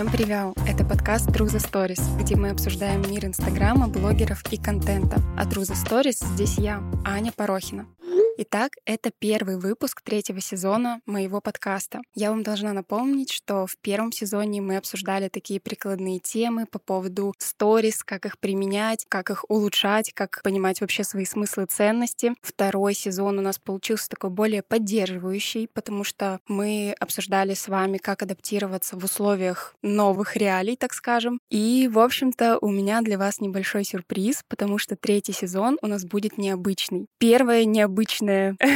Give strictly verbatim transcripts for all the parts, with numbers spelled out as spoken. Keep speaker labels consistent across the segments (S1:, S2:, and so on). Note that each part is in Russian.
S1: Всем привет! Это подкаст True the Stories, где мы обсуждаем мир Инстаграма, блогеров и контента. А True the Stories здесь я, Аня Порохина. Итак, это первый выпуск третьего сезона моего подкаста. Я вам должна напомнить, что в первом сезоне мы обсуждали такие прикладные темы по поводу сторис, как их применять, как их улучшать, как понимать вообще свои смыслы и ценности. Второй сезон у нас получился такой более поддерживающий, потому что мы обсуждали с вами, как адаптироваться в условиях новых реалий, так скажем. И, в общем-то, у меня для вас небольшой сюрприз, потому что третий сезон у нас будет необычный. Первое необычное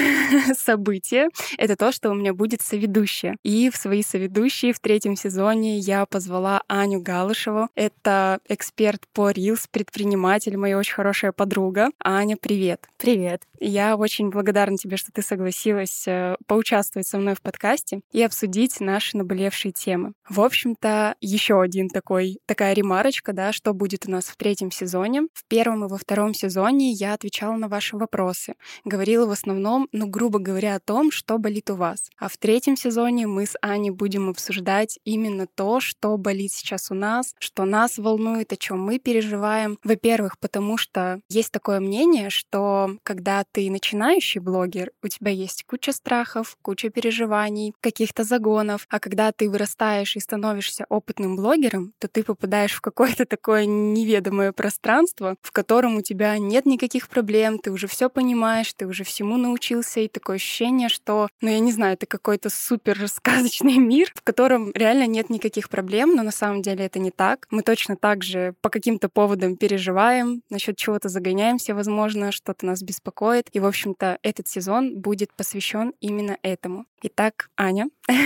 S1: событие — это то, что у меня будет соведущая. И в свои соведущие в третьем сезоне я позвала Аню Галышеву. Это эксперт по Reels, предприниматель, моя очень хорошая подруга. Аня, привет.
S2: Привет.
S1: Я очень благодарна тебе, что ты согласилась поучаствовать со мной в подкасте и обсудить наши наболевшие темы. В общем-то, еще один такой, такая ремарочка, да, что будет у нас в третьем сезоне. В первом и во втором сезоне я отвечала на ваши вопросы. Говорила в основном, ну, грубо говоря, о том, что болит у вас. А в третьем сезоне мы с Аней будем обсуждать именно то, что болит сейчас у нас, что нас волнует, о чем мы переживаем. Во-первых, потому что есть такое мнение, что когда ты начинающий блогер, у тебя есть куча страхов, куча переживаний, каких-то загонов, а когда ты вырастаешь и становишься опытным блогером, то ты попадаешь в какое-то такое неведомое пространство, в котором у тебя нет никаких проблем, ты уже все понимаешь, ты уже всему научился, и такое ощущение, что, ну, я не знаю, это какой-то супер сказочный мир, в котором реально нет никаких проблем, но на самом деле это не так. Мы точно так же по каким-то поводам переживаем, насчет чего-то загоняемся, возможно, что-то нас беспокоит. И, в общем-то, этот сезон будет посвящен именно этому. Итак, Аня,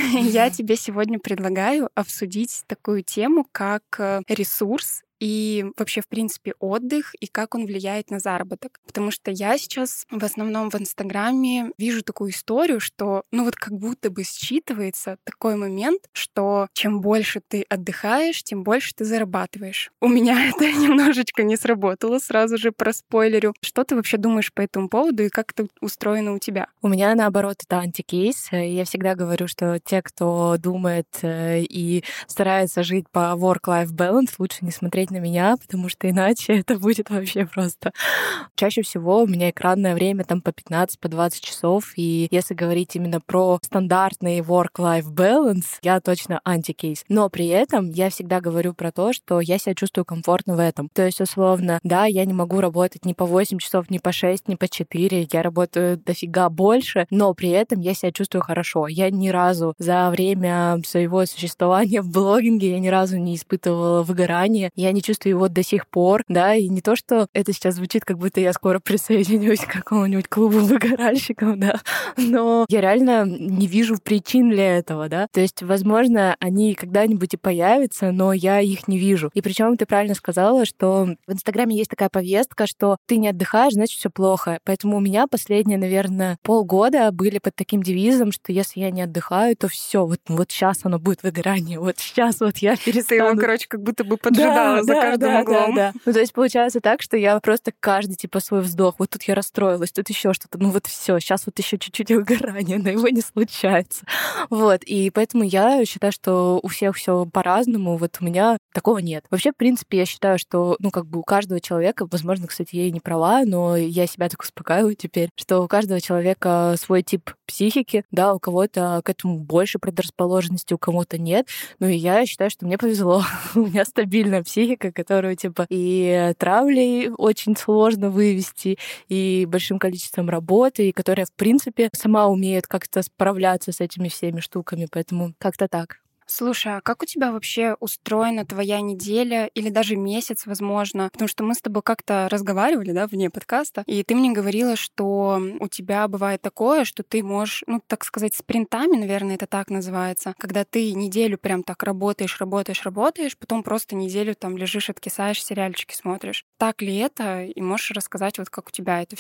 S1: я тебе сегодня предлагаю обсудить такую тему, как ресурс и вообще, в принципе, отдых, и как он влияет на заработок. Потому что я сейчас в основном в Инстаграме вижу такую историю, что, ну вот как будто бы считывается такой момент, что чем больше ты отдыхаешь, тем больше ты зарабатываешь. У меня это немножечко не сработало, сразу же проспойлерю. Что ты вообще думаешь по этому поводу и как это устроено у тебя?
S2: У меня, наоборот, это антикейс. Я всегда говорю, что те, кто думает и старается жить по work-life balance, лучше не смотреть на меня, потому что иначе это будет вообще просто... Чаще всего у меня экранное время там по пятнадцать, по двадцать часов, и если говорить именно про стандартный work-life balance, я точно антикейс. Но при этом я всегда говорю про то, что я себя чувствую комфортно в этом. То есть, условно, да, я не могу работать ни по восемь часов, ни по шесть, ни по четыре, я работаю дофига больше, но при этом я себя чувствую хорошо. Я ни разу за время своего существования в блогинге я ни разу не испытывала выгорания, я не чувствую его до сих пор, да, и не то, что это сейчас звучит, как будто я скоро присоединюсь к какому-нибудь клубу выгоральщиков, да, но я реально не вижу причин для этого, да, то есть, возможно, они когда-нибудь и появятся, но я их не вижу. И причем ты правильно сказала, что в Инстаграме есть такая повестка, что ты не отдыхаешь, значит, все плохо. Поэтому у меня последние, наверное, полгода были под таким девизом, что если я не отдыхаю, то все, вот, вот сейчас оно будет выгорание, вот сейчас вот я перестану.
S1: Ты его, короче, как будто бы поджидала
S2: да,
S1: за
S2: да,
S1: каждым
S2: да,
S1: углом.
S2: Да, да. Ну, то есть получается так, что я просто каждый, типа, свой вздох, вот тут я расстроилась, тут еще что-то, ну вот все, сейчас вот еще чуть-чуть выгорание, но его не случается. Вот, и поэтому я считаю, что у всех все по-разному, вот у меня такого нет. Вообще, в принципе, я считаю, что, ну, как бы у каждого человека, возможно, кстати, я и не права, но я себя так успокаиваю теперь, что у каждого человека свой тип психики, да, у кого-то к этому больше предрасположенности, у кого-то нет. Ну и я считаю, что мне повезло. У меня стабильная психика, которую, типа, и травлей очень сложно вывести, и большим количеством работы, и которая, в принципе, сама умеет как-то справляться с этими всеми штуками, поэтому как-то так.
S1: Слушай, а как у тебя вообще устроена твоя неделя или даже месяц, возможно? Потому что мы с тобой как-то разговаривали, да, вне подкаста, и ты мне говорила, что у тебя бывает такое, что ты можешь, ну, так сказать, спринтами, наверное, это так называется, когда ты неделю прям так работаешь, работаешь, работаешь, потом просто неделю там лежишь, откисаешь, сериальчики смотришь. Так ли это? И можешь рассказать, вот как у тебя это все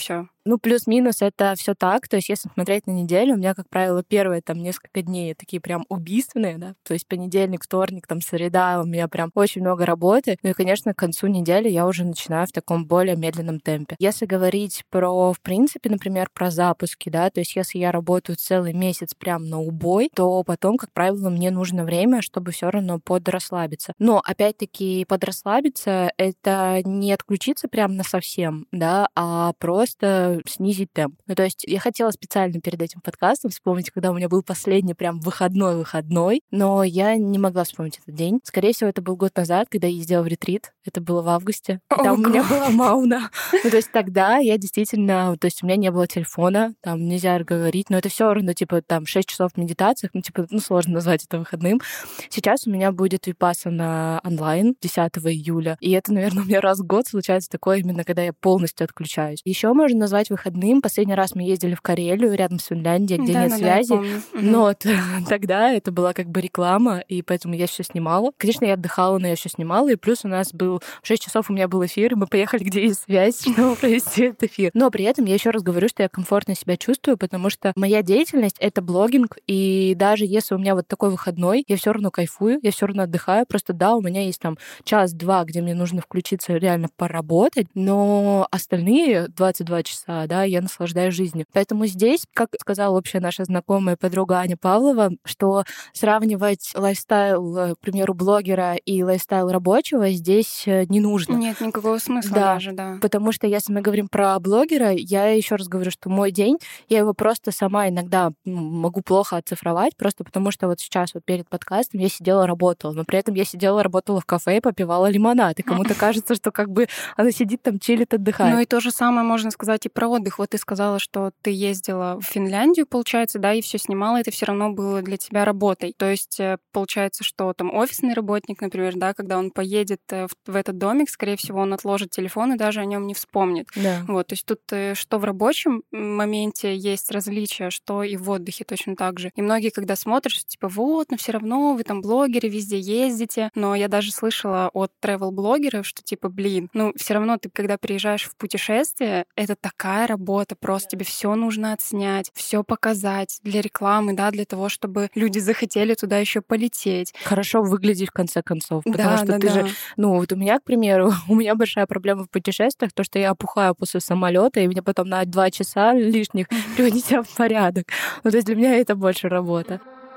S2: Ну, плюс-минус это все так. То есть, если смотреть на неделю, у меня, как правило, первые там несколько дней такие прям убийственные, да. То есть понедельник, вторник, там среда, у меня прям очень много работы. Ну и, конечно, к концу недели я уже начинаю в таком более медленном темпе. Если говорить про, в принципе, например, про запуски, да, то есть если я работаю целый месяц прям на убой, то потом, как правило, мне нужно время, чтобы все равно подрасслабиться. Но, опять-таки, подрасслабиться — это не отключиться прям на совсем, да, а просто снизить темп. Ну, то есть я хотела специально перед этим подкастом вспомнить, когда у меня был последний прям выходной-выходной, но я не могла вспомнить этот день. Скорее всего, это был год назад, когда я ездила в ретрит. Это было в августе. И там
S1: Ого.
S2: у меня была мауна. Ну, то есть тогда я действительно... То есть у меня не было телефона, там нельзя говорить, но это все равно, типа, там, шесть часов в медитациях, ну, типа, ну, сложно назвать это выходным. Сейчас у меня будет випассана онлайн десятого июля, и это, наверное, у меня раз в год случается такое, именно когда я полностью отключаюсь. Еще можно назвать выходным. Последний раз мы ездили в Карелию, рядом с Финляндией, где
S1: да,
S2: нет
S1: да,
S2: связи.
S1: Да, я помню.
S2: Но т- тогда это была как бы реклама, и поэтому я все снимала. Конечно, я отдыхала, но я все снимала. И плюс у нас был в шесть часов у меня был эфир, и мы поехали, где есть связь, чтобы провести этот эфир. Но при этом я еще раз говорю, что я комфортно себя чувствую, потому что моя деятельность — это блогинг, и даже если у меня вот такой выходной, я все равно кайфую, я все равно отдыхаю. Просто да, у меня есть там час-два, где мне нужно включиться, реально поработать, но остальные двадцать два часа, да, я наслаждаюсь жизнью. Поэтому здесь, как сказала общая наша знакомая подруга Аня Павлова, что сравнивать лайфстайл, к примеру, блогера и лайфстайл рабочего здесь не нужно.
S1: Нет никакого смысла
S2: Да,
S1: даже, да.
S2: потому что если мы говорим про блогера, я еще раз говорю, что мой день, я его просто сама иногда могу плохо оцифровать, просто потому что вот сейчас вот перед подкастом я сидела, работала, но при этом я сидела, работала в кафе и попивала лимонад, и кому-то кажется, что как бы она сидит там, чилит, отдыхает.
S1: Ну и то же самое можно сказать и про отдых. Вот ты сказала, что ты ездила в Финляндию, получается, да, и все снимала, это все равно было для тебя работой. То есть получается, что там офисный работник, например, да, когда он поедет в, в этот домик, скорее всего, он отложит телефон и даже о нем не вспомнит.
S2: Да.
S1: Вот, то есть тут что в рабочем моменте есть различия, что и в отдыхе точно так же. И многие, когда смотришь, типа, вот, но все равно вы там блогеры, везде ездите. Но я даже слышала от travel-блогеров, что типа, блин, ну все равно ты, когда приезжаешь в путешествие, это такая работа, просто тебе все нужно отснять, все показать для рекламы, да, для того, чтобы люди захотели туда еще полететь.
S2: Хорошо выглядеть в конце концов, потому
S1: Да,
S2: что
S1: да,
S2: ты
S1: да.
S2: же, ну вот у меня, к примеру, у меня большая проблема в путешествиях, то, что я опухаю после самолета, и мне потом на два часа лишних приводить себя в порядок. Ну то есть для меня это больше работа.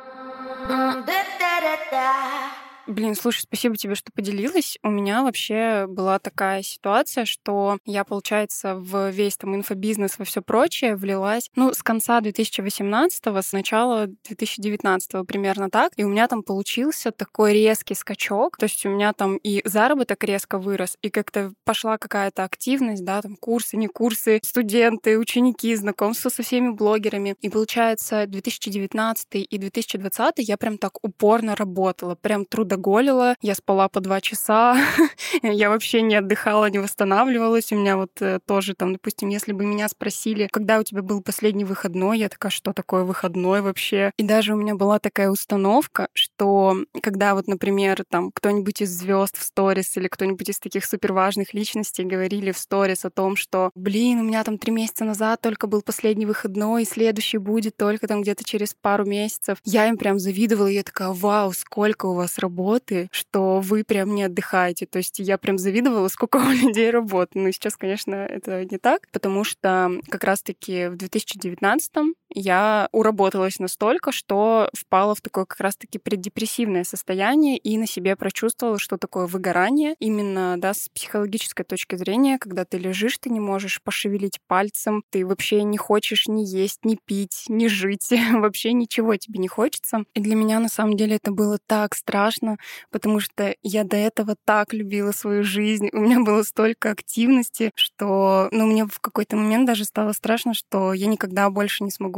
S1: Блин, слушай, спасибо тебе, что поделилась. У меня вообще была такая ситуация, что я, получается, в весь там инфобизнес, во все прочее влилась, ну, с конца две тысячи восемнадцатого, с начала две тысячи девятнадцатого примерно так. И у меня там получился такой резкий скачок. То есть у меня там и заработок резко вырос, и как-то пошла какая-то активность, да, там курсы, не курсы, студенты, ученики, знакомство со всеми блогерами. И получается, две тысячи девятнадцатый и две тысячи двадцатый я прям так упорно работала, прям трудоголила. Я спала по два часа, я вообще не отдыхала, не восстанавливалась. У меня вот э, тоже там, допустим, если бы меня спросили, когда у тебя был последний выходной, я такая, что такое выходной вообще? И даже у меня была такая установка, что когда вот, например, там кто-нибудь из звезд в сторис или кто-нибудь из таких суперважных личностей говорили в сторис о том, что, блин, у меня там три месяца назад только был последний выходной, и следующий будет только там где-то через пару месяцев. Я им прям завидовала, и я такая, вау, сколько у вас работы, что вы прям не отдыхаете. То есть я прям завидовала, сколько у людей работы. Но сейчас, конечно, это не так, потому что как раз-таки в две тысячи девятнадцатом я уработалась настолько, что впала в такое как раз-таки преддепрессивное состояние и на себе прочувствовала, что такое выгорание. Именно, да, с психологической точки зрения, когда ты лежишь, ты не можешь пошевелить пальцем, ты вообще не хочешь ни есть, ни пить, ни жить, вообще ничего тебе не хочется. И для меня, на самом деле, это было так страшно, потому что я до этого так любила свою жизнь, у меня было столько активности, что, ну, мне в какой-то момент даже стало страшно, что я никогда больше не смогу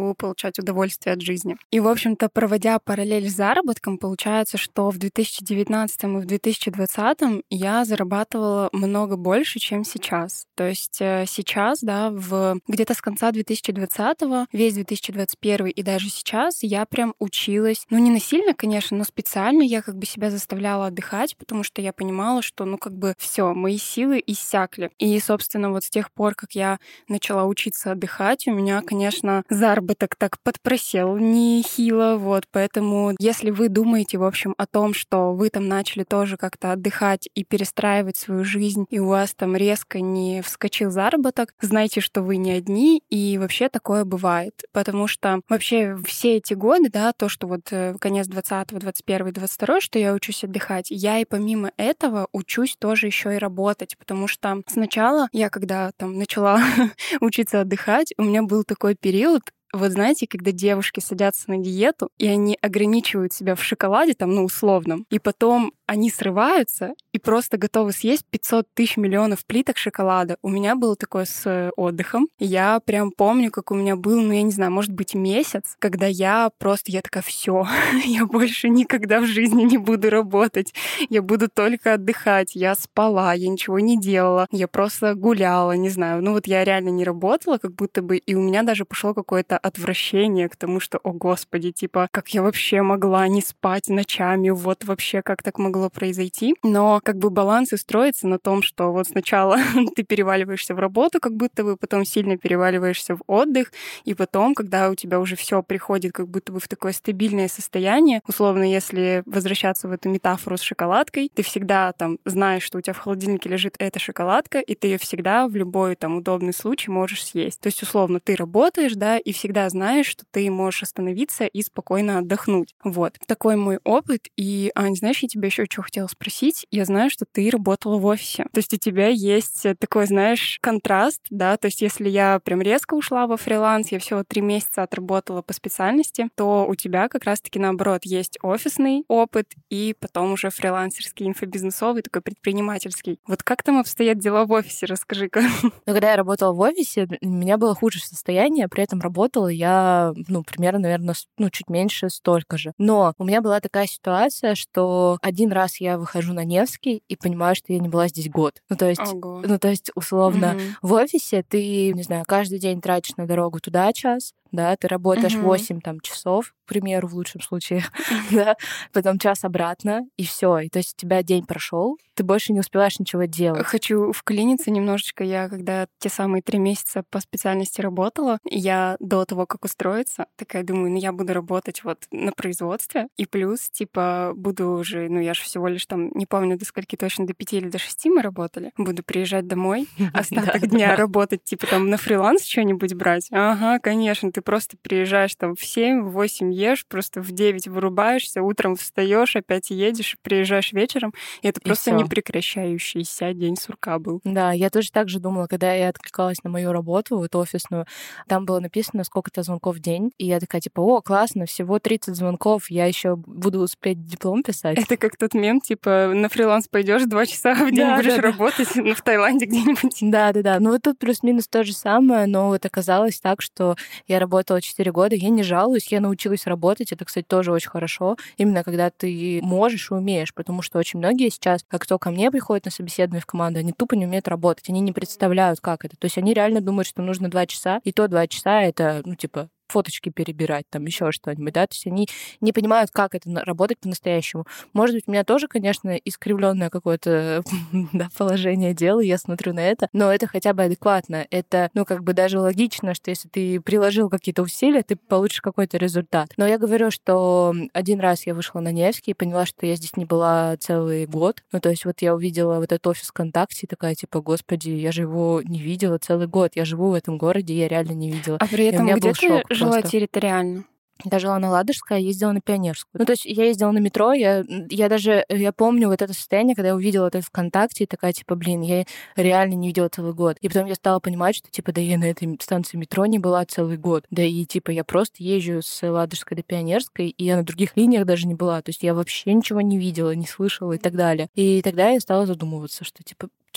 S1: хочу получать удовольствие от жизни. И, в общем-то, проводя параллель с заработком, получается, что в две тысячи девятнадцатом и в две тысячи двадцатом я зарабатывала много больше, чем сейчас. То есть э, сейчас, да, в где-то с конца две тысячи двадцатого, весь две тысячи двадцать первый и даже сейчас я прям училась. Ну, не насильно, конечно, но специально я как бы себя заставляла отдыхать, потому что я понимала, что, ну, как бы все, мои силы иссякли. И, собственно, вот с тех пор, как я начала учиться отдыхать, у меня, конечно, заработок так подпросел нехило, вот, поэтому если вы думаете, в общем, о том, что вы там начали тоже как-то отдыхать и перестраивать свою жизнь, и у вас там резко не вскочил заработок, знайте, что вы не одни, и вообще такое бывает, потому что вообще все эти годы, да, то, что вот э, конец двадцатого, двадцать первый, двадцать второй, что я учусь отдыхать, я и помимо этого учусь тоже еще и работать, потому что сначала я, когда там начала учиться отдыхать, у меня был такой период, вот знаете, когда девушки садятся на диету, и они ограничивают себя в шоколаде, там, ну, условном, и потом они срываются и просто готовы съесть пятьсот тысяч миллионов плиток шоколада. У меня было такое с отдыхом. Я прям помню, как у меня был, ну, я не знаю, может быть, месяц, когда я просто, я такая, все, я больше никогда в жизни не буду работать, я буду только отдыхать. Я спала, я ничего не делала, я просто гуляла, не знаю. Ну, вот я реально не работала, как будто бы, и у меня даже пошло какое-то отвращение к тому, что, о господи, типа, как я вообще могла не спать ночами, вот вообще как так могло произойти. Но как бы баланс и строится на том, что вот сначала ты переваливаешься в работу, как будто бы, потом сильно переваливаешься в отдых, и потом, когда у тебя уже все приходит как будто бы в такое стабильное состояние, условно, если возвращаться в эту метафору с шоколадкой, ты всегда там знаешь, что у тебя в холодильнике лежит эта шоколадка, и ты ее всегда в любой там удобный случай можешь съесть. То есть, условно, ты работаешь, да, и всегда знаешь, что ты можешь остановиться и спокойно отдохнуть. Вот. Такой мой опыт. И, Ань, знаешь, я тебя еще что хотела спросить. Я знаю, что ты работала в офисе. То есть у тебя есть такой, знаешь, контраст, да, то есть если я прям резко ушла во фриланс, я всего три месяца отработала по специальности, то у тебя как раз-таки наоборот есть офисный опыт и потом уже фрилансерский, инфобизнесовый, такой предпринимательский. Вот как там обстоят дела в офисе? Расскажи-ка.
S2: Ну, когда я работала в офисе, у меня было худшее состояние, при этом работала я, ну, примерно, наверное, ну, чуть меньше столько же. Но у меня была такая ситуация, что один раз я выхожу на Невский и понимаю, что я не была здесь год. Ну, то есть,
S1: Ого.
S2: ну, то есть условно,
S1: Мгм.
S2: в офисе ты, не знаю, каждый день тратишь на дорогу туда час, да, ты работаешь
S1: Мгм.
S2: восемь там часов, к примеру, в лучшем случае, да, потом час обратно, и все. И то есть у тебя день прошел, ты больше не успеваешь ничего делать.
S1: Хочу вклиниться немножечко. Я, когда те самые три месяца по специальности работала, я до того, как устроиться, такая думаю, ну, я буду работать вот на производстве, и плюс, типа, буду уже, ну, я же всего лишь там, не помню, до скольки точно, до пяти или до шести мы работали, буду приезжать домой, остаток
S2: Да,
S1: дня
S2: да.
S1: работать, типа, там, на фриланс что-нибудь брать. Ага, конечно, ты просто приезжаешь там в семь, в восемь ешь, просто в девять вырубаешься, утром встаешь, опять едешь, приезжаешь вечером, и это
S2: И
S1: просто
S2: всё.
S1: непрекращающийся день сурка был.
S2: Да, я тоже так же думала, когда я откликалась на мою работу, вот офисную, там было написано сколько-то звонков в день, и я такая, типа, о, классно, всего тридцать звонков, я еще буду успеть диплом писать.
S1: Это как тот мем, типа, на фриланс пойдешь два часа в день
S2: Да,
S1: будешь
S2: да, да.
S1: работать, ну, в Таиланде где-нибудь.
S2: Да, да, да. Ну вот тут плюс-минус то же самое, но вот оказалось так, что я работала четыре года, я не жалуюсь, я научилась работать. Это, кстати, тоже очень хорошо. Именно когда ты можешь и умеешь, потому что очень многие сейчас, как кто ко мне приходят на собеседование в команду, они тупо не умеют работать, они не представляют, как это. То есть они реально думают, что нужно два часа, и то два часа это, ну, типа, фоточки перебирать, там еще что-нибудь, да, то есть они не понимают, как это на- работать по-настоящему. Может быть, у меня тоже, конечно, искривленное какое-то да, положение дела, я смотрю на это, но это хотя бы адекватно. Это, ну, как бы даже логично, что если ты приложил какие-то усилия, ты получишь какой-то результат. Но я говорю, что один раз я вышла на Невский и поняла, что я здесь не была целый год. Ну, то есть вот я увидела вот этот офис ВКонтакте, и такая, типа, господи, я же его не видела целый год, я живу в этом городе, я реально не видела.
S1: А при
S2: И у
S1: этом
S2: меня
S1: где
S2: был
S1: ты
S2: шок
S1: жила
S2: просто.
S1: территориально?
S2: Я жила на Ладожской, а ездила на Пионерскую. Ну, то есть я ездила на метро, я, я даже, я помню вот это состояние, когда я увидела это ВКонтакте, и такая, типа, блин, я реально не видела целый год. И потом я стала понимать, что, типа, да я на этой станции метро не была целый год. Да и, типа, я просто езжу с Ладожской до Пионерской, и я на других линиях даже не была. То есть я вообще ничего не видела, не слышала и так далее. И тогда я стала задумываться, что, типа,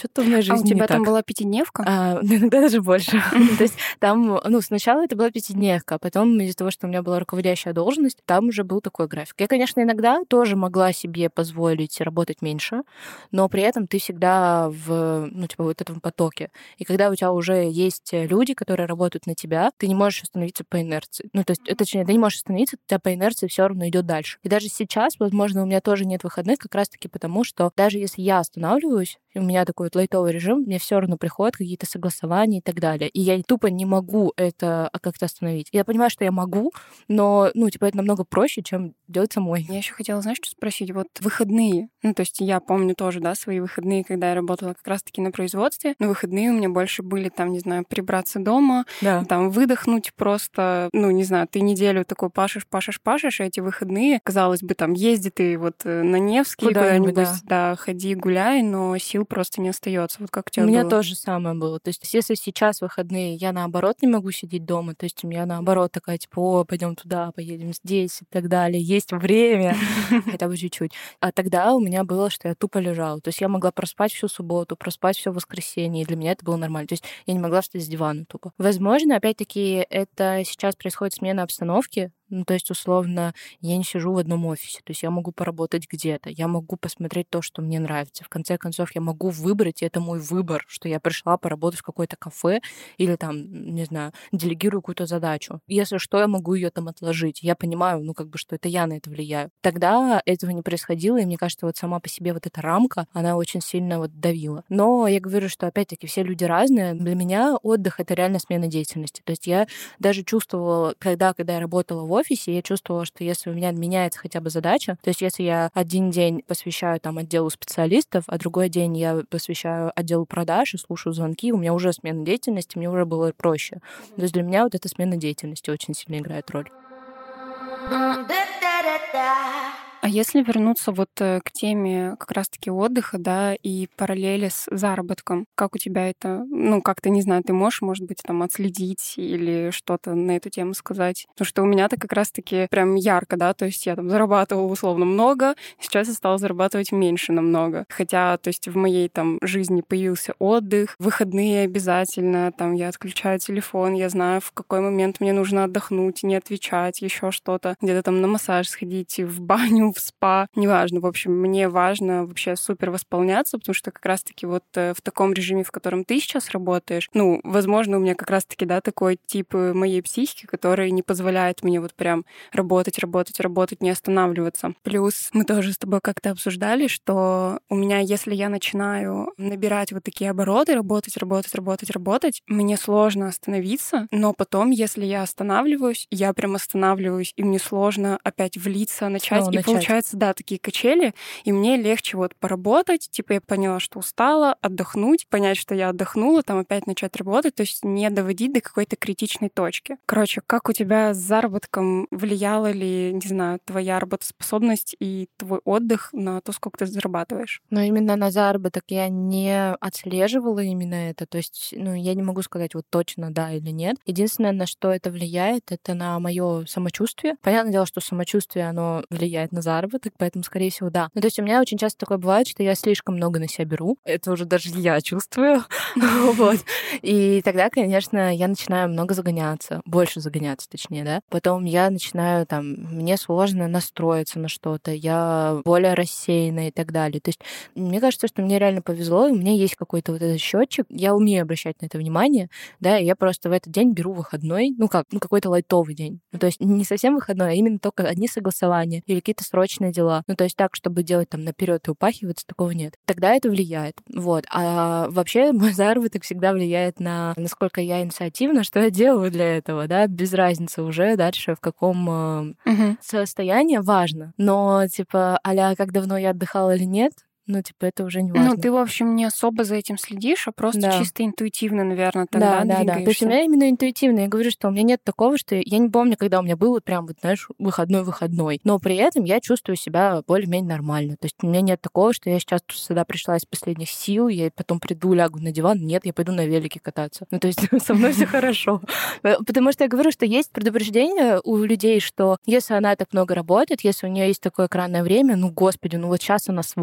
S2: что-то в моей жизни
S1: А у тебя
S2: не
S1: там
S2: так.
S1: была пятидневка?
S2: А, иногда даже больше. То есть там, ну, сначала это была пятидневка, а потом из-за того, что у меня была руководящая должность, там уже был такой график. Я, конечно, иногда тоже могла себе позволить работать меньше, но при этом ты всегда в, ну, типа, вот этом потоке. И когда у тебя уже есть люди, которые работают на тебя, ты не можешь остановиться по инерции. Ну, то есть, точнее, ты не можешь остановиться, у тебя по инерции все равно идет дальше. И даже сейчас, возможно, у меня тоже нет выходных, как раз-таки потому, что даже если я останавливаюсь, и у меня такой вот лайтовый режим, мне все равно приходят какие-то согласования и так далее. И я тупо не могу это как-то остановить. Я понимаю, что я могу, но, ну, типа, это намного проще, чем делать самой.
S1: Я еще хотела, знаешь, что спросить? Вот выходные. Ну, то есть я помню тоже, да, свои выходные, когда я работала как раз-таки на производстве. Но выходные у меня больше были, там, не знаю, прибраться дома,
S2: Да.
S1: там, выдохнуть просто, ну, не знаю, ты неделю такой пашешь, пашешь, пашешь, и эти выходные, казалось бы, там, езди ты вот на Невский
S2: Куда-нибудь,
S1: куда-нибудь,
S2: да.
S1: да, ходи, гуляй, но сил просто не остается. Вот как у тебя
S2: У меня
S1: было?
S2: тоже самое было. То есть, если сейчас выходные, я наоборот не могу сидеть дома, то есть у меня наоборот такая, типа, о, пойдем туда, поедем здесь и так далее, есть время, хотя бы чуть-чуть. А тогда у меня было, что я тупо лежала. То есть я могла проспать всю субботу, проспать все воскресенье, и для меня это было нормально. То есть я не могла встать с дивана тупо. Возможно, опять-таки, это сейчас происходит смена обстановки. Ну, то есть, условно, я не сижу в одном офисе. То есть я могу поработать где-то, я могу посмотреть то, что мне нравится. В конце концов, я могу выбрать, и это мой выбор, что я пришла поработать в какое-то кафе или там, не знаю, делегирую какую-то задачу. Если что, я могу ее там отложить. Я понимаю, ну, как бы, что это я на это влияю. Тогда этого не происходило, и мне кажется, вот сама по себе вот эта рамка, она очень сильно вот давила. Но я говорю, что, опять-таки, все люди разные. Для меня отдых — это реально смена деятельности. То есть я даже чувствовала, когда, когда я работала в офисе, я чувствовала, что если у меня меняется хотя бы задача, то есть если я один день посвящаю там отделу специалистов, а другой день я посвящаю отделу продаж и слушаю звонки, у меня уже смена деятельности, мне уже было проще. То есть для меня вот эта смена деятельности очень сильно играет роль.
S1: А если вернуться вот к теме как раз-таки отдыха, да, и параллели с заработком, как у тебя это, ну, как-то, не знаю, ты можешь, может быть, там отследить или что-то на эту тему сказать? Потому что у меня-то как раз-таки прям ярко, да, то есть я там зарабатывала условно много, сейчас я стала зарабатывать меньше намного. Хотя, то есть в моей там жизни появился отдых, выходные обязательно, там я отключаю телефон, я знаю, в какой момент мне нужно отдохнуть, не отвечать, еще что-то, где-то там на массаж сходить, в баню, в спа, неважно. В общем, мне важно вообще супер восполняться, потому что как раз-таки вот в таком режиме, в котором ты сейчас работаешь, ну, возможно, у меня как раз-таки, да, такой тип моей психики, который не позволяет мне вот прям работать, работать, работать, не останавливаться. Плюс мы тоже с тобой как-то обсуждали, что у меня, если я начинаю набирать вот такие обороты, работать, работать, работать, работать, мне сложно остановиться, но потом, если я останавливаюсь, я прям останавливаюсь, и мне сложно опять влиться, начать.
S2: Снова
S1: и
S2: начать.
S1: Получается, да, такие качели, и мне легче вот поработать, типа я поняла, что устала, отдохнуть, понять, что я отдохнула, там опять начать работать, то есть не доводить до какой-то критичной точки. Короче, как у тебя с заработком влияла ли, не знаю, твоя работоспособность и твой отдых на то, сколько ты зарабатываешь?
S2: Но именно на заработок я не отслеживала именно это, то есть, ну, я не могу сказать вот точно да или нет. Единственное, на что это влияет, это на мое самочувствие. Понятное дело, что самочувствие, оно влияет на заработок, поэтому, скорее всего, да. Ну, то есть у меня очень часто такое бывает, что я слишком много на себя беру. Это уже даже я чувствую. Вот. И тогда, конечно, я начинаю много загоняться, больше загоняться, точнее, да. Потом я начинаю, там, мне сложно настроиться на что-то, я более рассеянная и так далее. То есть мне кажется, что мне реально повезло, и у меня есть какой-то вот этот счетчик, я умею обращать на это внимание, да, и я просто в этот день беру выходной, ну как, ну какой-то лайтовый день. Ну, то есть не совсем выходной, а именно только одни согласования или какие-то срочные дела. Ну, то есть так, чтобы делать там наперед и упахиваться, такого нет. Тогда это влияет. Вот. А вообще мой заработок всегда влияет на насколько я инициативна, что я делаю для этого, да, без разницы уже дальше в каком э,
S1: Угу.
S2: состоянии важно. Но, типа, а-ля, как давно я отдыхала или нет, ну, типа, это уже не важно.
S1: Ну, ты, в общем, не особо за этим следишь, а просто
S2: Да.
S1: чисто интуитивно, наверное, тогда
S2: Да, да,
S1: двигаешься.
S2: да. То есть у меня именно интуитивно. Я говорю, что у меня нет такого, что я не помню, когда у меня было прям, вот, знаешь, выходной-выходной. Но при этом я чувствую себя более-менее нормально. То есть у меня нет такого, что я сейчас сюда пришла из последних сил, я потом приду, лягу на диван. Нет, я пойду на велике кататься. Ну, то есть со мной все хорошо. Потому что я говорю, что есть предупреждение у людей, что если она так много работает, если у нее есть такое экранное время, ну, господи, ну вот сейчас она свалится.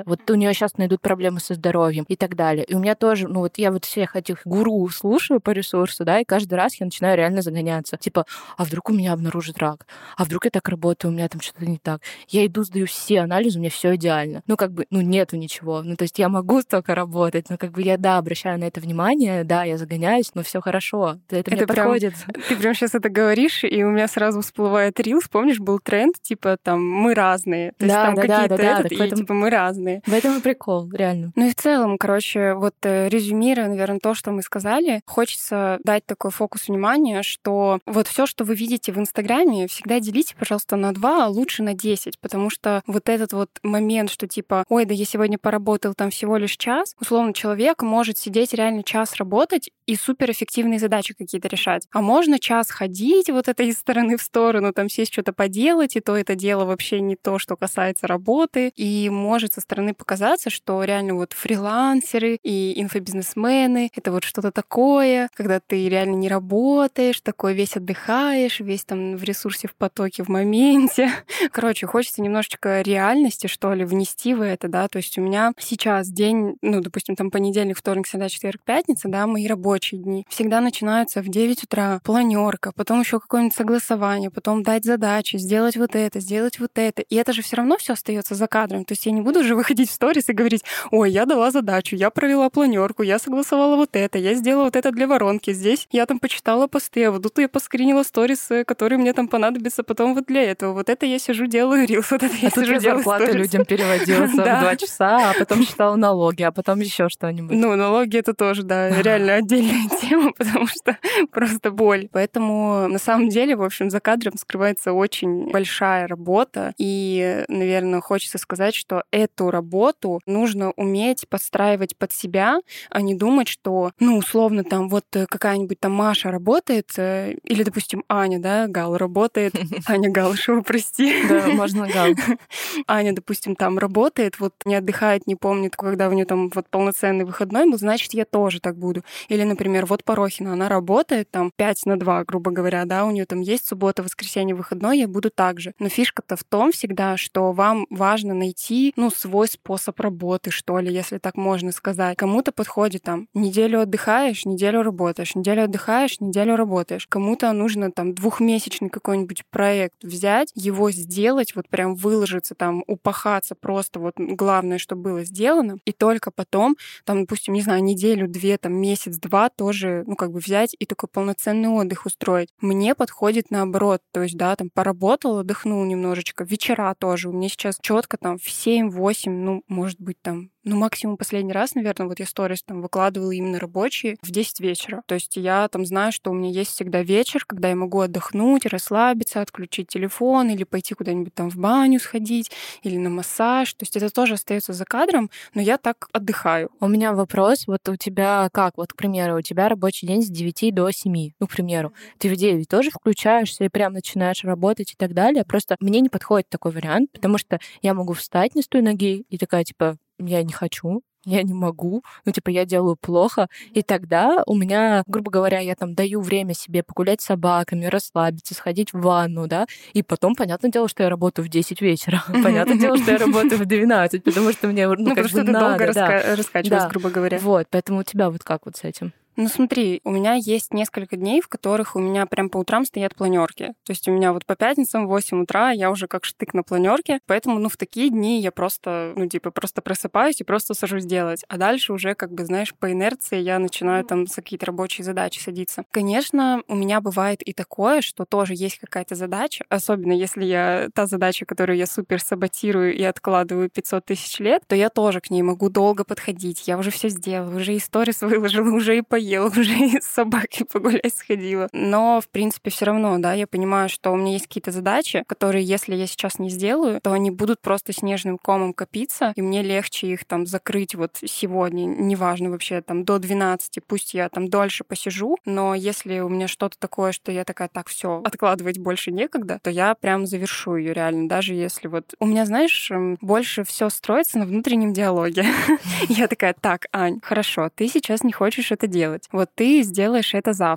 S2: справится. Вот у нее сейчас найдут проблемы со здоровьем и так далее. И у меня тоже, ну вот я вот всех этих гуру слушаю по ресурсу, да, и каждый раз я начинаю реально загоняться. Типа, а вдруг у меня обнаружат рак? А вдруг я так работаю, у меня там что-то не так? Я иду, сдаю все анализы, у меня все идеально. Ну, как бы, ну, нету ничего. Ну, то есть я могу столько работать, но как бы я, да, обращаю на это внимание, да, я загоняюсь, но все хорошо. Это, это мне
S1: прям,
S2: подходит.
S1: Ты прям сейчас это говоришь, и у меня сразу всплывает рилс. Помнишь, был тренд, типа, там, мы разные. То есть
S2: Да,
S1: там
S2: да, да,
S1: какие-то
S2: да, да,
S1: этот,
S2: так
S1: и
S2: в этом-
S1: типа мы разные.
S2: В этом и прикол, реально.
S1: Ну и в целом, короче, вот э, резюмируя, наверное, то, что мы сказали, хочется дать такой фокус внимания, что вот все, что вы видите в Инстаграме, всегда делите, пожалуйста, на два, а лучше на десять, потому что вот этот вот момент, что типа, ой, да я сегодня поработал там всего лишь час, условно, человек может сидеть реально час работать и суперэффективные задачи какие-то решать. А можно час ходить вот это из стороны в сторону, там сесть что-то поделать, и то это дело вообще не то, что касается работы, и может со стороны показаться, что реально вот фрилансеры и инфобизнесмены — это вот что-то такое, когда ты реально не работаешь, такой весь отдыхаешь, весь там в ресурсе, в потоке, в моменте. Короче, хочется немножечко реальности, что ли, внести в это, да, то есть у меня сейчас день, ну, допустим, там понедельник, вторник, среда, четверг, пятница, да, мои рабочие дни всегда начинаются в девять утра, планерка, потом еще какое-нибудь согласование, потом дать задачи, сделать вот это, сделать вот это, и это же все равно все остается за кадром, то есть я не буду уже выходить в сторис и говорить: ой, я дала задачу, я провела планерку, я согласовала вот это, я сделала вот это для воронки, здесь я там почитала посты, а вот тут я поскринила сторис, которые мне там понадобятся потом вот для этого, вот это я сижу, делаю рилс, вот это я
S2: А тут
S1: сижу,
S2: я
S1: делаю
S2: зарплату
S1: сторис.
S2: людям переводила в
S1: Да.
S2: два часа, а потом считала налоги, а потом еще что-нибудь.
S1: Ну, налоги — это тоже, да, реально отдельная тема, потому что просто боль. Поэтому на самом деле, в общем, за кадром скрывается очень большая работа, и, наверное, хочется сказать, что эту работу нужно уметь подстраивать под себя, а не думать, что, ну, условно, там вот какая-нибудь там Маша работает, э, или, допустим, Аня, да, Гал работает, Аня Галышева, прости.
S2: Да, можно Гал.
S1: Аня, допустим, там работает, вот не отдыхает, не помнит, когда у нее там вот полноценный выходной был, значит, я тоже так буду. Или, например, вот Порохина, она работает там пять на два, грубо говоря, да, у нее там есть суббота, воскресенье, выходной, я буду так же. Но фишка-то в том всегда, что вам важно найти, ну, свой способ работы, что ли, если так можно сказать. Кому-то подходит там неделю отдыхаешь, неделю работаешь, неделю отдыхаешь, неделю работаешь. Кому-то нужно там двухмесячный какой-нибудь проект взять, его сделать, вот прям выложиться там, упахаться просто, вот главное, что было сделано, и только потом, там, допустим, не знаю, неделю-две, там, месяц-два тоже, ну, как бы взять и такой полноценный отдых устроить. Мне подходит наоборот, то есть, да, там, поработал, отдохнул немножечко, вечера тоже. У меня сейчас четко там в семь-восемь, ну, может быть, там, ну, максимум последний раз, наверное, вот я сторис там выкладывала именно рабочие в десять вечера. То есть я там знаю, что у меня есть всегда вечер, когда я могу отдохнуть, расслабиться, отключить телефон или пойти куда-нибудь там в баню сходить или на массаж. То есть это тоже остается за кадром, но я так отдыхаю.
S2: У меня вопрос, вот у тебя как, вот, к примеру, у тебя рабочий день с девяти до семи, ну, к примеру. Ты в девять тоже включаешься и прям начинаешь работать и так далее. Просто мне не подходит такой вариант, потому что я могу встать не с той ноги и такая, типа, я не хочу, я не могу, ну, типа, я делаю плохо. И тогда у меня, грубо говоря, я там даю время себе погулять с собаками, расслабиться, сходить в ванну, да, и потом, понятное дело, что я работаю в десять вечера. Понятное дело, что я работаю в двенадцать, потому что мне, ну,
S1: Ну, потому что ты долго раскачивалась, грубо говоря.
S2: Вот, поэтому у тебя вот как вот с этим?
S1: Ну смотри, у меня есть несколько дней, в которых у меня прям по утрам стоят планерки. То есть у меня вот по пятницам в восемь утра я уже как штык на планерке, поэтому, ну, в такие дни я просто, ну, типа, просто просыпаюсь и просто сажусь делать. А дальше уже, как бы, знаешь, по инерции я начинаю там за какие-то рабочие задачи садиться. Конечно, у меня бывает и такое, что тоже есть какая-то задача, особенно если я та задача, которую я супер саботирую и откладываю пятьсот тысяч лет, то я тоже к ней могу долго подходить. Я уже все сделала, уже и сторис выложила, уже и по ела, уже и с собакой погулять сходила. Но, в принципе, все равно, да, я понимаю, что у меня есть какие-то задачи, которые, если я сейчас не сделаю, то они будут просто снежным комом копиться, и мне легче их там закрыть вот сегодня, неважно вообще, там, до двенадцати, пусть я там дольше посижу, но если у меня что-то такое, что я такая, так, все, откладывать больше некогда, то я прям завершу ее реально, даже если вот... У меня, знаешь, больше все строится на внутреннем диалоге. Я такая, так, Ань, хорошо, ты сейчас не хочешь это делать. Вот ты сделаешь это завтра.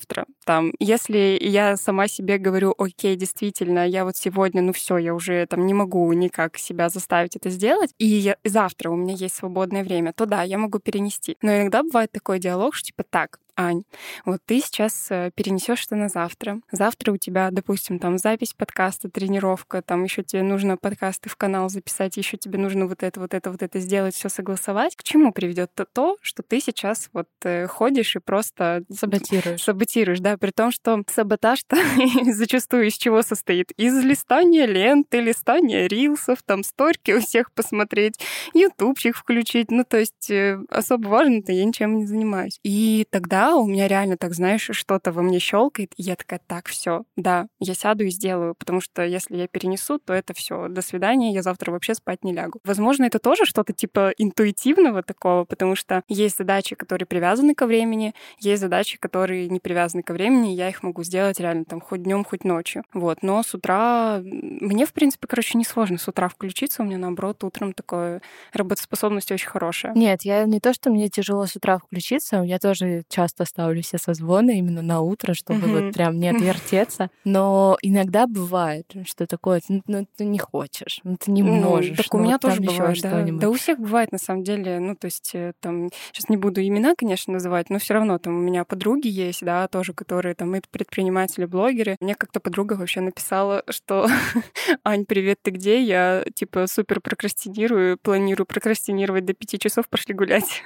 S1: там, если я сама себе говорю, окей, действительно, я вот сегодня, ну все, я уже там не могу никак себя заставить это сделать, и я, завтра у меня есть свободное время, то да, я могу перенести. Но иногда бывает такой диалог, что типа так, Ань, вот ты сейчас перенесешь это на завтра. Завтра у тебя, допустим, там запись подкаста, тренировка, там еще тебе нужно подкасты в канал записать, еще тебе нужно вот это, вот это, вот это сделать, все согласовать. К чему приведет то, то, что ты сейчас вот ходишь и просто
S2: саботируешь.
S1: Саботируешь, да, при том, что саботаж-то зачастую из чего состоит? Из листания ленты, листания рилсов, там сторики у всех посмотреть, ютубчик включить. Ну, то есть особо важно-то я ничем не занимаюсь. И тогда у меня реально, так знаешь, что-то во мне щелкает, и я такая, так, все, да, я сяду и сделаю, потому что если я перенесу, то это все, до свидания, я завтра вообще спать не лягу. Возможно, это тоже что-то типа интуитивного такого, потому что есть задачи, которые привязаны ко времени, есть задачи, которые не привязаны ко времени, и я их могу сделать реально там хоть днем, хоть ночью. Вот, но с утра мне, в принципе, короче, несложно с утра включиться, у меня, наоборот, утром такое работоспособность очень хорошая.
S2: Нет, я не то, что мне тяжело с утра включиться, я тоже часто ставлю все созвоны именно на утро, чтобы
S1: Мгм.
S2: вот прям не отвертеться. Но иногда бывает, что такое, ну, ну, ты не хочешь, ну, ты не
S1: Ну,
S2: можешь.
S1: так у
S2: ну,
S1: меня
S2: вот там
S1: тоже
S2: ещё
S1: бывает, да.
S2: что-нибудь.
S1: Да у всех бывает, на самом деле, ну, то есть, э, там, сейчас не буду имена, конечно, называть, но все равно там у меня подруги есть, да, тоже, которые там и предприниматели, блогеры. Мне как-то подруга вообще написала, что Ань, привет, ты где? Я, типа, супер прокрастинирую, планирую прокрастинировать до пяти часов, пошли гулять.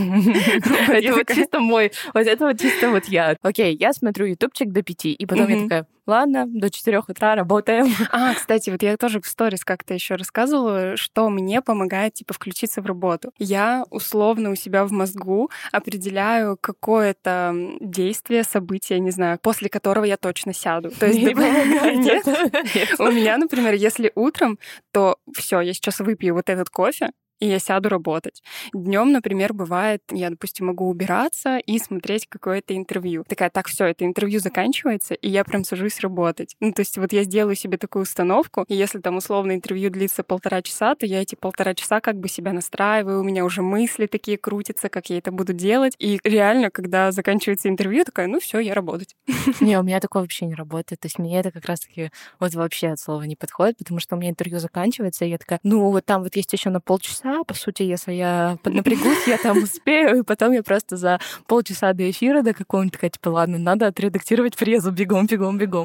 S1: Вот
S2: Это
S1: я
S2: вот
S1: такая,
S2: чисто мой, вот это вот чисто вот я. Окей, я смотрю ютубчик до пяти, и потом я
S1: Мгм.
S2: такая, ладно, до четырех утра работаем.
S1: А, кстати, вот я тоже в сторис как-то еще рассказывала, что мне помогает, типа, включиться в работу. Я условно у себя в мозгу определяю какое-то м, действие, событие, не знаю, после которого я точно сяду. То есть,
S2: Мне не
S1: доп-
S2: помогает
S1: Нет?
S2: это. Нет.
S1: У меня, например, если утром, то все, я сейчас выпью вот этот кофе, и я сяду работать. Днем, например, бывает, я, допустим, могу убираться и смотреть какое-то интервью. Такая, так, все, это интервью заканчивается, и я прям сажусь работать. Ну, то есть вот я сделаю себе такую установку, и если там условно интервью длится полтора часа, то я эти полтора часа как бы себя настраиваю, у меня уже мысли такие крутятся, как я это буду делать. И реально, когда заканчивается интервью, такая, ну все, я работать.
S2: Не, у меня такое вообще не работает. То есть мне это как раз-таки вот вообще от слова не подходит, потому что у меня интервью заканчивается, и я такая, ну вот там вот есть еще на полчаса, по сути, если я поднапрягусь, я там успею, и потом я просто за полчаса до эфира до какого-нибудь такая, типа, ладно, надо отредактировать презу, бегом, бегом, бегом.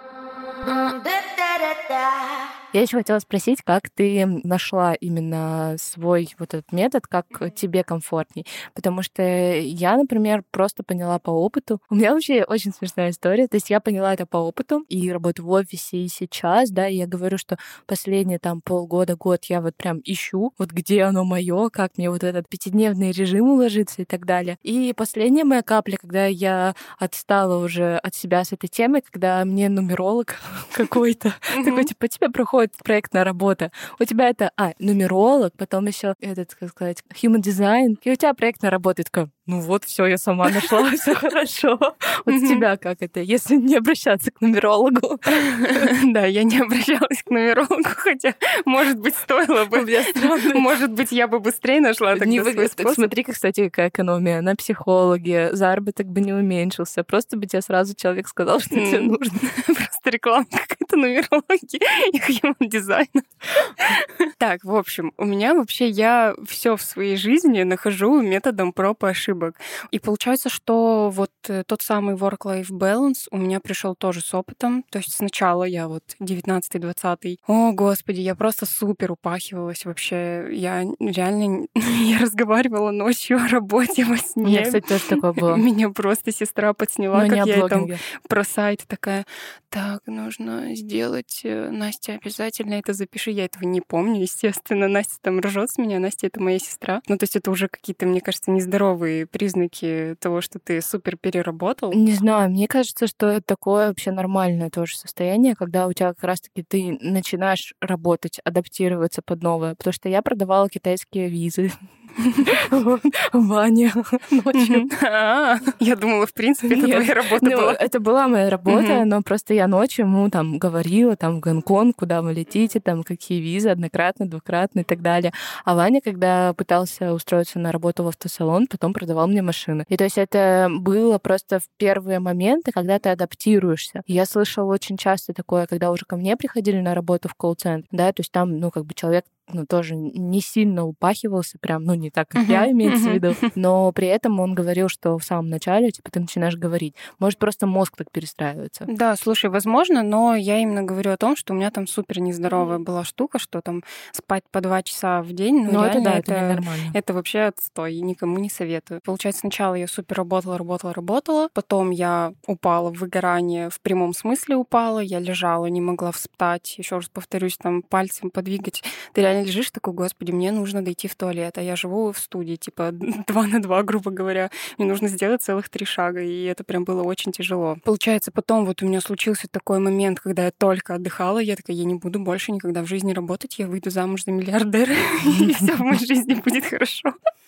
S2: Я еще хотела спросить, как ты нашла именно свой вот этот метод, как тебе комфортней. Потому что я, например, просто поняла по опыту. У меня вообще очень смешная история. То есть я поняла это по опыту и работаю в офисе, и сейчас, да, и я говорю, что последние там полгода, год я вот прям ищу, вот где оно мое, как мне вот этот пятидневный режим уложиться и так далее. И последняя моя капля, когда я отстала уже от себя с этой темой, когда мне нумеролог какой-то такой, типа, тебе проходит проектная работа. У тебя это, а, нумеролог, потом еще этот, как сказать, human design, и у тебя проектная работа. И такая, ну вот, все, я сама нашла, все хорошо. Вот у тебя как это, если не обращаться к нумерологу?
S1: Да, я не обращалась к нумерологу, хотя, может быть, стоило бы. Может быть, я бы быстрее нашла
S2: Не
S1: тогда свой
S2: вы-
S1: способ.
S2: Смотри, как, кстати, какая экономия. На психологе заработок бы не уменьшился. Просто бы тебе сразу человек сказал, что тебе
S1: М.
S2: нужно.
S1: Просто реклама какая-то нумерологии и human дизайна. Так, в общем, у меня вообще я все в своей жизни нахожу методом проб и ошибок. И получается, что вот э, тот самый work-life balance у меня пришел тоже с опытом. То есть сначала я вот девятнадцатый двадцатый, о, господи, я просто супер упахивалась вообще. Я реально, я разговаривала ночью о работе во
S2: У меня,
S1: сне.
S2: кстати, тоже такое было.
S1: Меня просто сестра подсняла,
S2: Но не
S1: как
S2: о
S1: я там
S2: блогинге.
S1: про сайт такая, так, нужно сделать, э, Настя, обязательно это запиши. Я этого не помню, естественно. Настя там ржет с меня, Настя — это моя сестра. Ну, то есть это уже какие-то, мне кажется, нездоровые признаки того, что ты супер переработал.
S2: Не знаю, мне кажется, что это такое вообще нормальное тоже состояние, когда у тебя как раз-таки ты начинаешь работать, адаптироваться под новое. Потому что я продавала китайские визы. Ваня ночью.
S1: Я думала, в принципе, это твоя работа была.
S2: Это была моя работа, но просто я ночью ему там говорила, там, в Гонконг, куда вы летите, там, какие визы, однократно, двукратно и так далее. А Ваня, когда пытался устроиться на работу в автосалон, потом продавал мне машины. И то есть это было просто в первые моменты, когда ты адаптируешься. Я слышала очень часто такое, когда уже ко мне приходили на работу в колл-центр, да, то есть там, ну, как бы человек ну, тоже не сильно упахивался, прям, ну, не так, как uh-huh, я, имеется uh-huh. в виду, но при этом он говорил, что в самом начале, типа, ты начинаешь говорить. Может, просто мозг так перестраивается.
S1: Да, слушай, возможно, но я именно говорю о том, что у меня там супер нездоровая uh-huh. была штука, что там спать по два часа в день, ну,
S2: ну
S1: реально,
S2: это да,
S1: это,
S2: это ненормально.
S1: Это вообще отстой, никому не советую. Получается, сначала я супер работала, работала, работала, потом я упала в выгорание, в прямом смысле упала, я лежала, не могла встать, еще раз повторюсь, там, пальцем подвигать. Ты реально лежишь такой, господи, мне нужно дойти в туалет, а я живу в студии, типа, два на два, грубо говоря. Мне нужно сделать целых три шага, и это прям было очень тяжело. Получается, потом вот у меня случился такой момент, когда я только отдыхала, я такая, я не буду больше никогда в жизни работать, я выйду замуж за миллиардера, и все в моей жизни будет хорошо.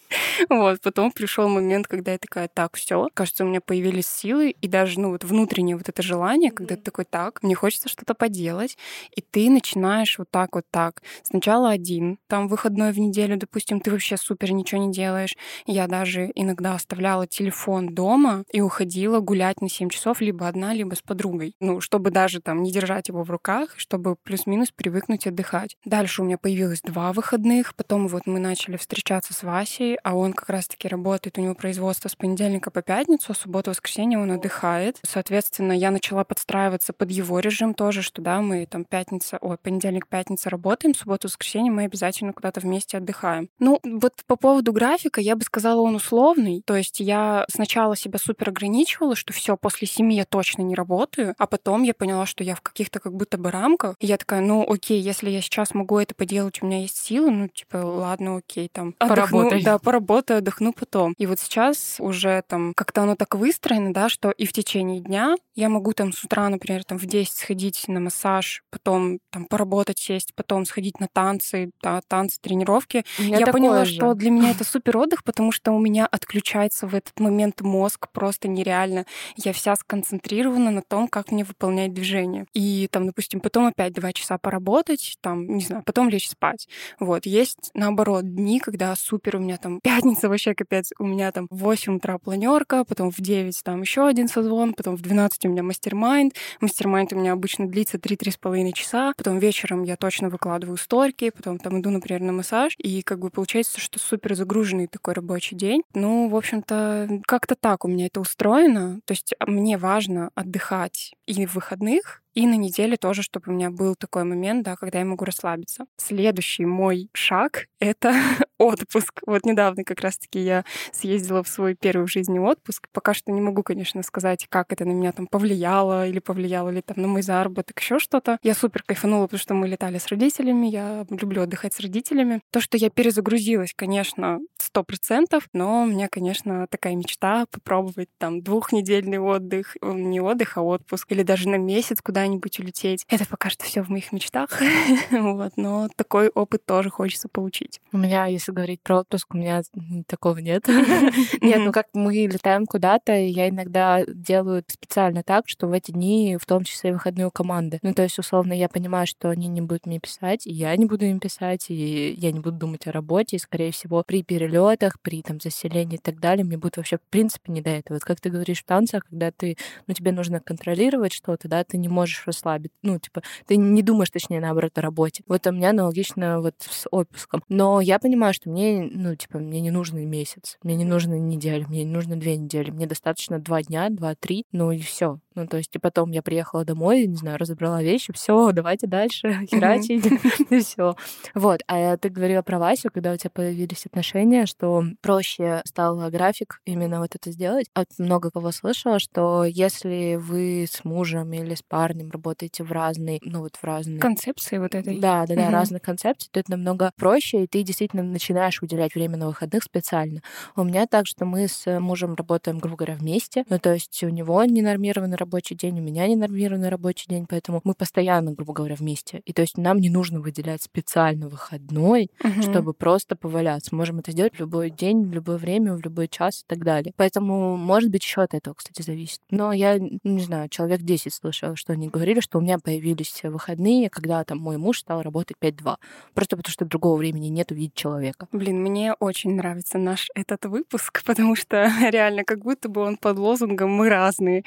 S1: Вот, потом пришел момент, когда я такая, так, все, кажется, у меня появились силы, и даже, ну, вот внутреннее вот это желание, когда ты такой, так, мне хочется что-то поделать, и ты начинаешь вот так вот так. Сначала один, там выходной в неделю, допустим, ты вообще супер ничего не делаешь. Я даже иногда оставляла телефон дома и уходила гулять на семь часов либо одна, либо с подругой. Ну, чтобы даже там не держать его в руках, чтобы плюс-минус привыкнуть отдыхать. Дальше у меня появилось два выходных, потом вот мы начали встречаться с Васей, а он как раз-таки работает, у него производство с понедельника по пятницу, а субботу-воскресенье он отдыхает. Соответственно, я начала подстраиваться под его режим тоже, что да, мы там пятница, ой, понедельник-пятница работаем, субботу-воскресенье мы обязательно куда-то вместе отдыхаем. Ну, вот по поводу графика, я бы сказала, он условный. То есть я сначала себя супер ограничивала, что все после семи я точно не работаю, а потом я поняла, что я в каких-то как будто бы рамках. И я такая, ну, окей, если я сейчас могу это поделать, у меня есть силы, ну, типа, ладно, окей, там, отдохну, да, поработаю, отдохну потом. И вот сейчас уже там как-то оно так выстроено, да, что и в течение дня я могу там с утра, например, там в десять сходить на массаж, потом там поработать, сесть, потом сходить на танцы, да, танцы, тренировки. Я поняла,
S2: же.
S1: что для меня это супер отдых, потому что у меня отключается в этот момент мозг просто нереально. Я вся сконцентрирована на том, как мне выполнять движение. И там, допустим, потом опять два часа поработать, там, не знаю, потом лечь спать. Вот. Есть, наоборот, дни, когда супер у меня там пятница вообще капец, у меня там в восемь утра планерка, потом в девять там еще один созвон, потом в двенадцать у меня мастер-майнд. Мастер-майнд у меня обычно длится три-три с половиной часа, потом вечером я точно выкладываю сторики, потом там иду, например, на массаж, и как бы получается, что супер загруженный такой рабочий день. Ну, в общем-то, как-то так у меня это устроено. То есть мне важно отдыхать и в выходных, и на неделе тоже, чтобы у меня был такой момент, да, когда я могу расслабиться. Следующий мой шаг — это отпуск. Вот недавно как раз-таки я съездила в свой первый в жизни отпуск. Пока что не могу, конечно, сказать, как это на меня там повлияло, или повлияло ли там на мой заработок, еще что-то. Я супер кайфанула, потому что мы летали с родителями, я люблю отдыхать с родителями. То, что я перезагрузилась, конечно, сто процентов, но у меня, конечно, такая мечта попробовать там двухнедельный отдых, не отдых, а отпуск, или даже на месяц куда куда-нибудь улететь. Это пока что все в моих мечтах, вот, но такой опыт тоже хочется получить.
S2: У меня, если говорить про отпуск, у меня такого нет. Нет, ну как мы летаем куда-то, я иногда делаю специально так, что в эти дни, в том числе выходные у команды. Ну то есть, условно, я понимаю, что они не будут мне писать, и я не буду им писать, и я не буду думать о работе, и, скорее всего, при перелетах, при там заселении и так далее, мне будет вообще в принципе не до этого. Вот как ты говоришь в танцах, когда ты, ну тебе нужно контролировать что-то, да, ты не можешь расслабить. Ну, типа, ты не думаешь, точнее, наоборот, о работе. Вот у меня аналогично вот с отпуском. Но я понимаю, что мне, ну, типа, мне не нужен месяц, мне не нужна неделя, мне не нужно две недели, мне достаточно два дня, два-три, ну и все. Ну, то есть, и потом я приехала домой, не знаю, разобрала вещи, все, давайте дальше, херачить, и все. Вот. А ты говорила про Васю, когда у тебя появились отношения, что проще стало график именно вот это сделать. От много кого слышала, что если вы с мужем или с парнем работаете в разные, ну вот в разные...
S1: Концепции вот этой.
S2: Да, да, да, разные концепции, то это намного проще, и ты действительно начинаешь уделять время на выходных специально. У меня так, что мы с мужем работаем, грубо говоря, вместе, ну то есть у него ненормированный рабочий день, у меня ненормированный рабочий день, поэтому мы постоянно, грубо говоря, вместе. И то есть нам не нужно выделять специально выходной,
S1: Мгм.
S2: чтобы просто поваляться. Мы можем это сделать в любой день, в любое время, в любой час и так далее. Поэтому, может быть, еще от этого, кстати, зависит. Но я, ну, не знаю, человек десять слышала, что они говорили, что у меня появились выходные, когда там мой муж стал работать пять-два. Просто потому что другого времени нет увидеть человека.
S1: Блин, мне очень нравится наш этот выпуск, потому что реально как будто бы он под лозунгом «Мы разные».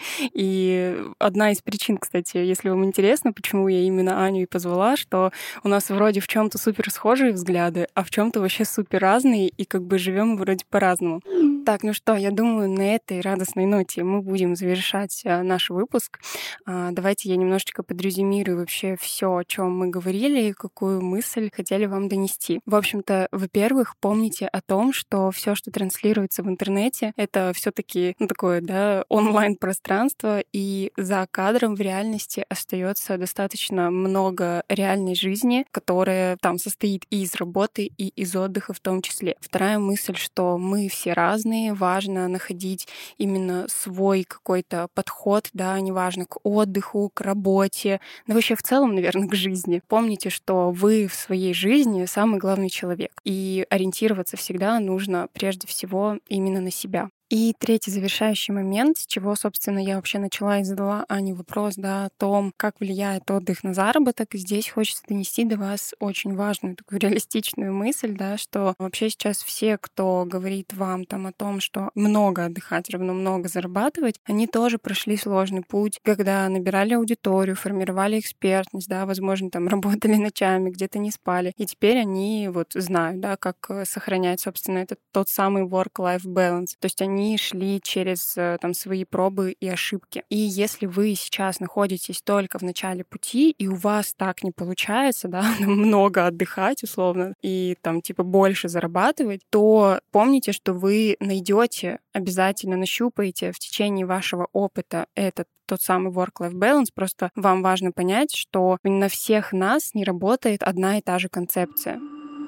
S1: И одна из причин, кстати, если вам интересно, почему я именно Аню и позвала, что у нас вроде в чем то супер схожие взгляды, а в чем то вообще супер разные, и как бы живем вроде по-разному. Так, ну что, я думаю, на этой радостной ноте мы будем завершать а, наш выпуск. А, давайте я немножечко подрезюмирую вообще все, о чем мы говорили и какую мысль хотели вам донести. В общем-то, во-первых, помните о том, что все, что транслируется в интернете, это все-таки ну, такое, да, онлайн-пространство, и за кадром в реальности остается достаточно много реальной жизни, которая там состоит и из работы, и из отдыха в том числе. Вторая мысль, что мы все разные, важно находить именно свой какой-то подход, да, неважно, к отдыху, к работе, но вообще в целом, наверное, к жизни. Помните, что вы в своей жизни самый главный человек, и ориентироваться всегда нужно прежде всего именно на себя. И третий завершающий момент, с чего, собственно, я вообще начала и задала Ане вопрос, да, о том, как влияет отдых на заработок. И здесь хочется донести до вас очень важную такую реалистичную мысль, да, что вообще сейчас все, кто говорит вам там о том, что много отдыхать равно много зарабатывать, они тоже прошли сложный путь, когда набирали аудиторию, формировали экспертность, да, возможно, там работали ночами, где-то не спали. И теперь они вот знают, да, как сохранять, собственно, этот тот самый work-life balance. То есть они Они шли через там, свои пробы и ошибки. И если вы сейчас находитесь только в начале пути, и у вас так не получается, да, много отдыхать условно, и там типа больше зарабатывать, то помните, что вы найдете, обязательно нащупаете в течение вашего опыта этот тот самый work-life balance. Просто вам важно понять, что на всех нас не работает одна и та же концепция.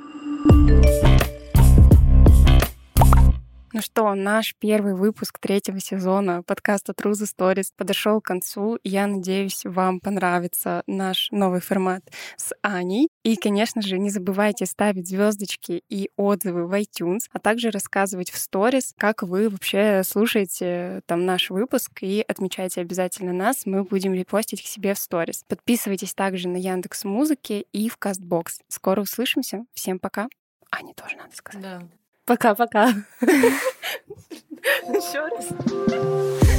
S1: Ну что, наш первый выпуск третьего сезона подкаста True the Stories подошел к концу. Я надеюсь, вам понравится наш новый формат с Аней. И, конечно же, не забывайте ставить звездочки и отзывы в iTunes, а также рассказывать в сторис, как вы вообще слушаете там наш выпуск, и отмечайте обязательно нас, мы будем репостить к себе в сторис. Подписывайтесь также на Яндекс.Музыке и в Кастбокс. Скоро услышимся. Всем пока. Ане тоже надо сказать.
S2: Да. Пока-пока. Еще раз.